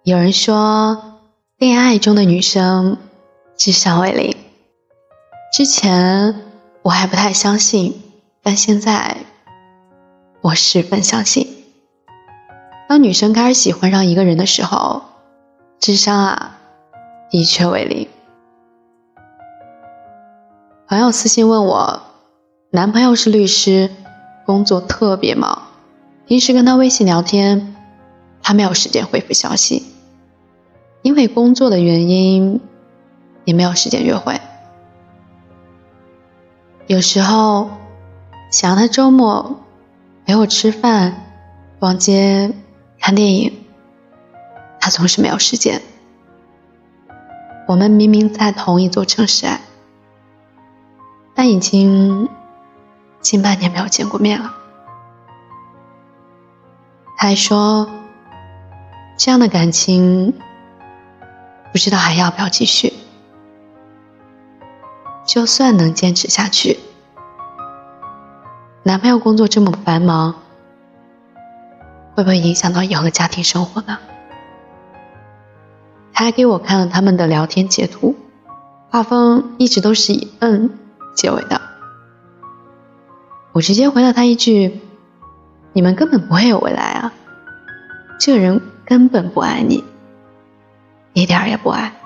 有人说，恋爱中的女生智商为零。之前我还不太相信，但现在我十分相信。当女生开始喜欢上一个人的时候，智商的确为零。朋友私信问我，男朋友是律师，工作特别忙，平时跟他微信聊天，他没有时间回复消息，因为工作的原因也没有时间约会。有时候想让他周末陪我吃饭、逛街、看电影，他总是没有时间。我们明明在同一座城市但已经近半年没有见过面了。他还说，这样的感情不知道还要不要继续。就算能坚持下去，男朋友工作这么繁忙，会不会影响到以后的家庭生活呢？他还给我看了他们的聊天截图，画风一直都是以结尾的。我直接回了他一句，你们根本不会有未来这个人根本不爱你，一点也不爱。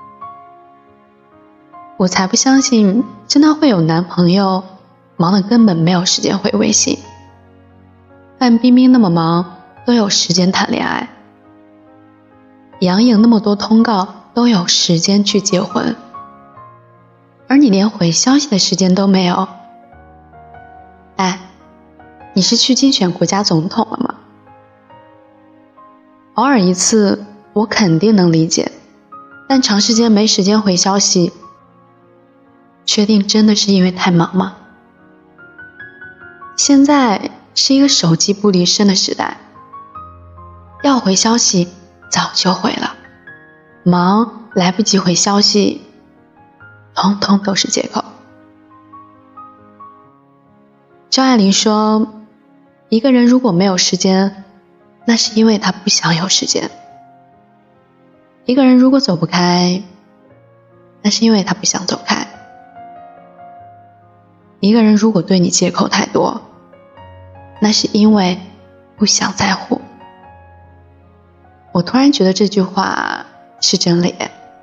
我才不相信真的会有男朋友忙得根本没有时间回微信，范冰冰那么忙都有时间谈恋爱，杨颖那么多通告都有时间去结婚，而你连回消息的时间都没有。你是去竞选国家总统了吗？偶尔一次我肯定能理解，但长时间没时间回消息，确定真的是因为太忙吗？现在是一个手机不离身的时代，要回消息早就回了，忙来不及回消息，通通都是借口。张爱玲说，一个人如果没有时间，那是因为他不想有时间。一个人如果走不开，那是因为他不想走开。一个人如果对你借口太多，那是因为不想在乎。我突然觉得这句话是真理。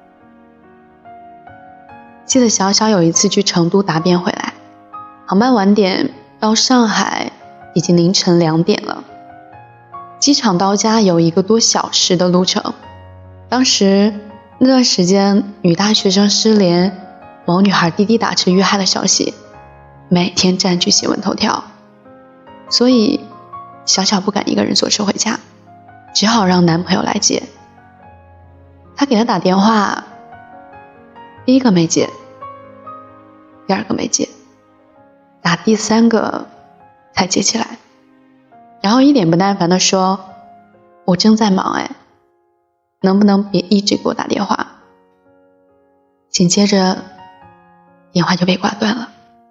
记得小小有一次去成都答辩回来，航班晚点到上海已经凌晨2点了，机场到家有1个多小时的路程。当时那段时间女大学生失联，某女孩滴滴打车遇害的消息每天占据新闻头条，所以小小不敢一个人坐车回家，只好让男朋友来接。他给他打电话，第1个没接，第2个没接，打第3个才接起来，然后一脸不耐烦地说，我正在忙能不能别一直给我打电话？紧接着电话就被挂断了。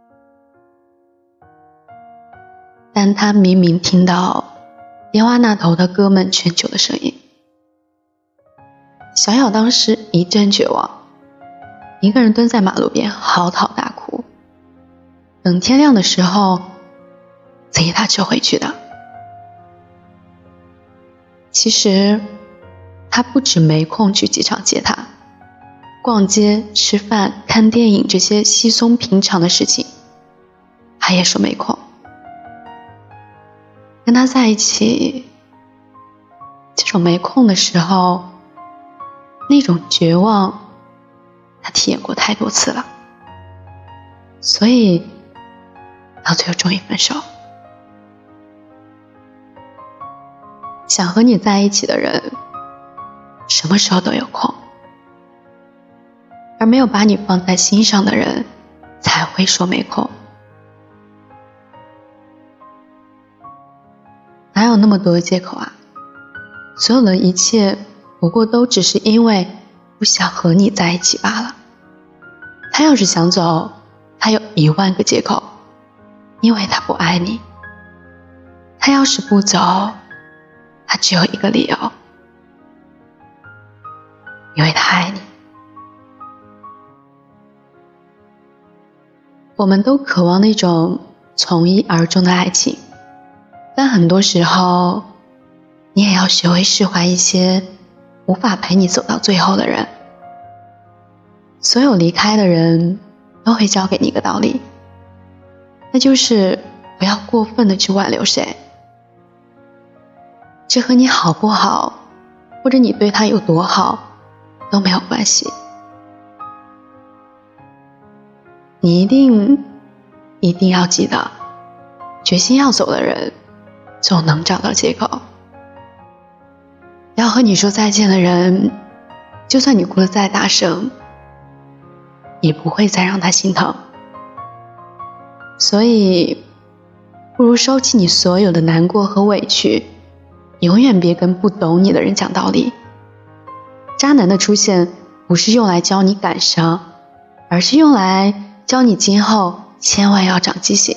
但他明明听到电话那头的哥们劝救的声音。小小当时一阵绝望，一个人蹲在马路边嚎啕大哭，等天亮的时候自己打车回去的。其实他不止没空去机场接他，逛街、吃饭、看电影这些稀松平常的事情他也说没空。跟他在一起，这种没空的时候，那种绝望他体验过太多次了，所以到最后终于分手。想和你在一起的人什么时候都有空，而没有把你放在心上的人才会说没空。哪有那么多的借口所有的一切不过都只是因为不想和你在一起罢了。他要是想走，他有10000个借口，因为他不爱你。他要是不走，他只有一个理由， 因为他爱你。我们都渴望那种从一而终的爱情，但很多时候你也要学会释怀一些无法陪你走到最后的人。所有离开的人都会教给你一个道理，那就是不要过分的去挽留谁。这和你好不好，或者你对他有多好都没有关系。你一定要记得，决心要走的人总能找到借口。要和你说再见的人，就算你哭得再大声，也不会再让他心疼。所以不如收起你所有的难过和委屈，永远别跟不懂你的人讲道理。渣男的出现不是用来教你感伤，而是用来教你今后千万要长记性。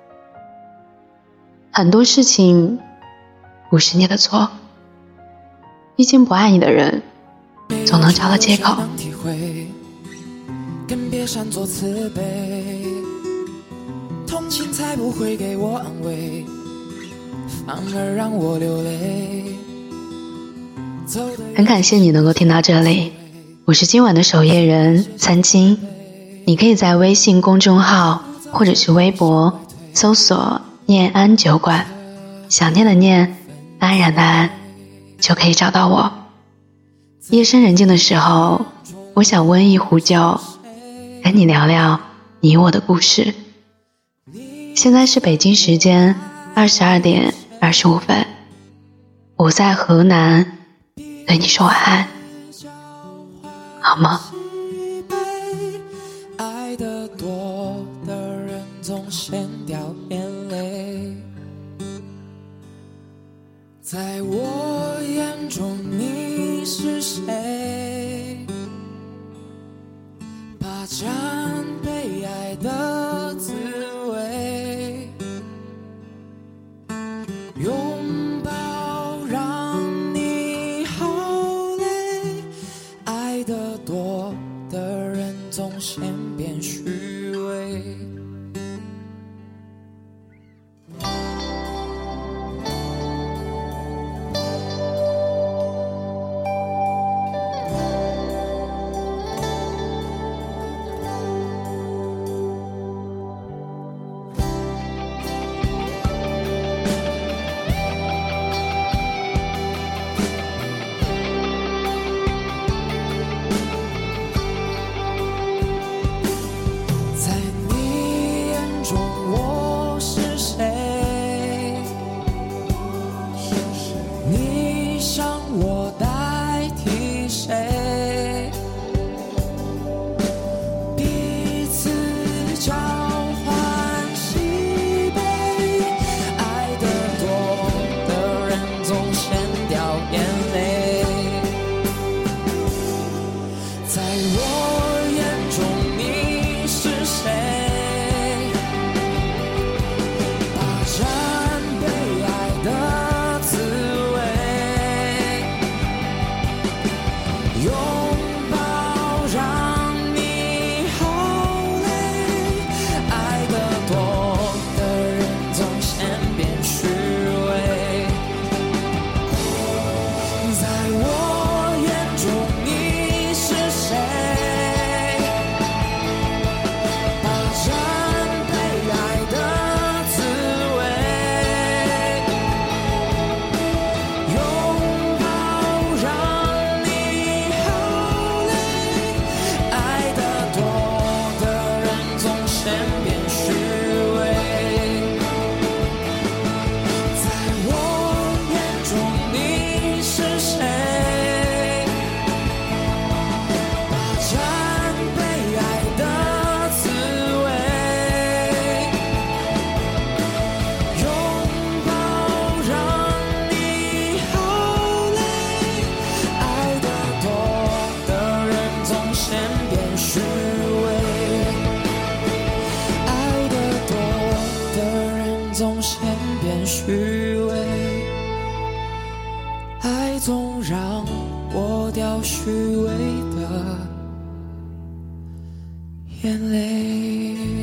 很多事情不是你的错，毕竟不爱你的人总能找到借口。 更别擅作慈悲，同情才不会给我安慰，反而让我流泪。 很感谢你能够听到这里，我是今晚的守夜人餐巾。你可以在微信公众号或者是微博搜索念安酒馆，想念的念，安然的安，就可以找到我。夜深人静的时候，我想温一壶酒，跟你聊聊你我的故事。现在是北京时间22点25分，我在河南对你说晚安，好吗？ 爱得多的人总先掉眼泪，在我眼中你是谁？霸占被爱的滋味，拥抱让你好累，爱得多的人总先变虚伪。虚伪，爱总让抹掉虚伪的眼泪。